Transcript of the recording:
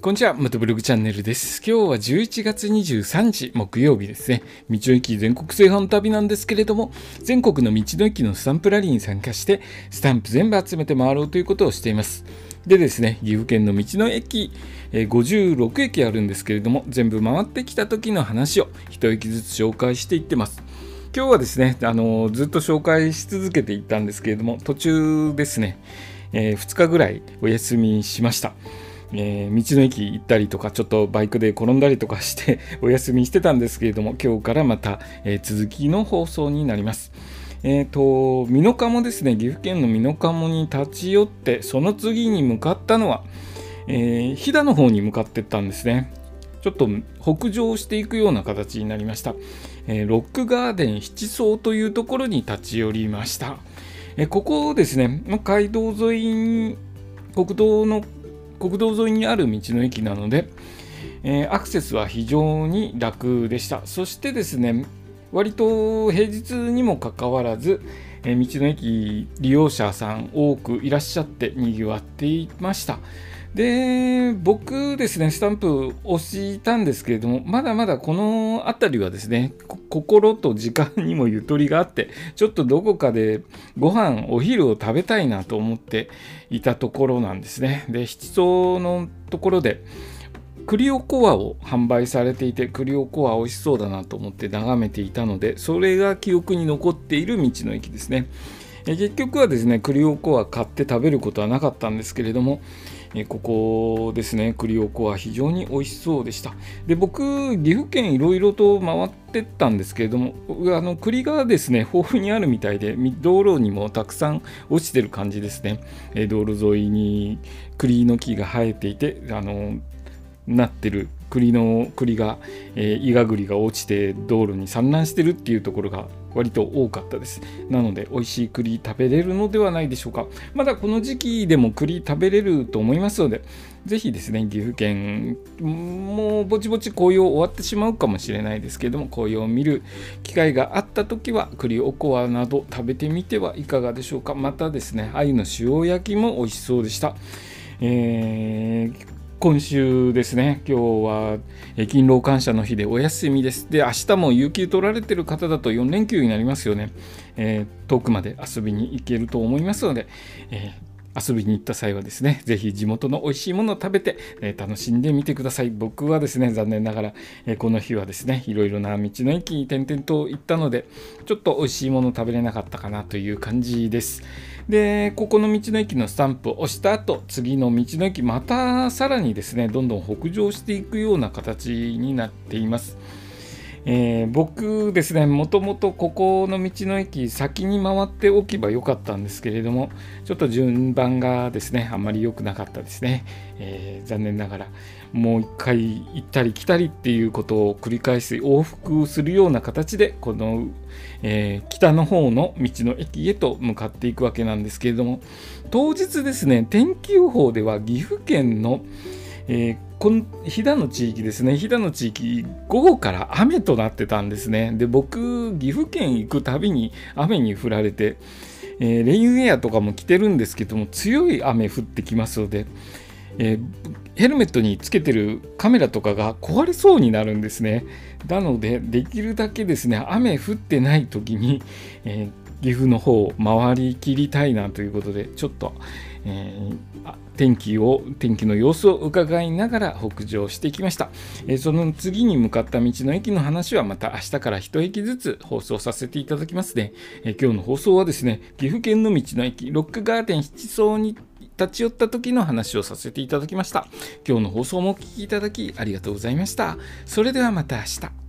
こんにちは、元ブログチャンネルです。今日は11月23日木曜日ですね。道の駅全国制覇の旅なんですけれども、全国の道の駅のスタンプラリーに参加して、スタンプ全部集めて回ろうということをしています。でですね、岐阜県の道の駅、56駅あるんですけれども、全部回ってきた時の話を一駅ずつ紹介していってます。今日はですね、ずっと紹介し続けていったんですけれども、途中ですね、2日ぐらいお休みしました。道の駅行ったりとかちょっとバイクで転んだりとかしてお休みしてたんですけれども、今日からまた、続きの放送になります。美濃加茂ですね。岐阜県の美濃加茂に立ち寄って、その次に向かったのは、飛騨の方に向かっていったんですね。ちょっと北上していくような形になりました。ロックガーデン七層というところに立ち寄りました。ここですね、街道沿い、国道沿いにある道の駅なので、アクセスは非常に楽でした。そしてですね、割と平日にもかかわらず、道の駅利用者さん多くいらっしゃって賑わっていました。で、僕ですね、スタンプ押したんですけれども、まだまだこの辺りはですね、心と時間にもゆとりがあって、ちょっとどこかでお昼を食べたいなと思っていたところなんですね。で、七層のところで、栗おこわを販売されていて、栗おこわ美味しそうだなと思って眺めていたので、それが記憶に残っている道の駅ですね。結局はですね、栗おこわ買って食べることはなかったんですけれども、ここですね、栗おこわ非常に美味しそうでした。で、僕、岐阜県いろいろと回ってったんですけれども、栗がですね、豊富にあるみたいで、道路にもたくさん落ちてる感じですね。道路沿いに栗の木が生えていて、なってる栗が、イガグリが落ちて道路に散乱してるっていうところが割と多かったです。なので美味しい栗食べれるのではないでしょうか。まだこの時期でも栗食べれると思いますので、ぜひですね、岐阜県もうぼちぼち紅葉終わってしまうかもしれないですけれども、紅葉を見る機会があった時は栗おこわなど食べてみてはいかがでしょうか。またですね、鮎の塩焼きも美味しそうでした。今週ですね、今日は勤労感謝の日でお休みです。で、明日も有給取られている方だと4連休になりますよね。遠くまで遊びに行けると思いますので、遊びに行った際はですね、ぜひ地元の美味しいものを食べて、楽しんでみてください。僕はですね、残念ながら、この日はですね、いろいろな道の駅に点々と行ったので、ちょっと美味しいもの食べれなかったかなという感じです。で、ここの道の駅のスタンプを押した後、次の道の駅、またさらにですね、どんどん北上していくような形になっています。僕ですね、もともとここの道の駅先に回っておけばよかったんですけれども、ちょっと順番がですね、あまり良くなかったですね。残念ながらもう一回行ったり来たりっていうことを繰り返し往復するような形で、この、北の方の道の駅へと向かっていくわけなんですけれども、当日ですね、天気予報では岐阜県のこの飛騨の地域ですね、飛騨の地域午後から雨となってたんですね。で、僕岐阜県行くたびに雨に降られて、レインウェアとかも着てるんですけども、強い雨降ってきますので、ヘルメットにつけてるカメラとかが壊れそうになるんですね。なのでできるだけですね、雨降ってない時に、岐阜の方を回りきりたいなということで、ちょっと、天気の様子を伺いながら北上していきました。その次に向かった道の駅の話はまた明日から一駅ずつ放送させていただきますね。今日の放送はですね、岐阜県の道の駅ロックガーデン七層に立ち寄った時の話をさせていただきました。今日の放送もお聞きいただきありがとうございました。それではまた明日。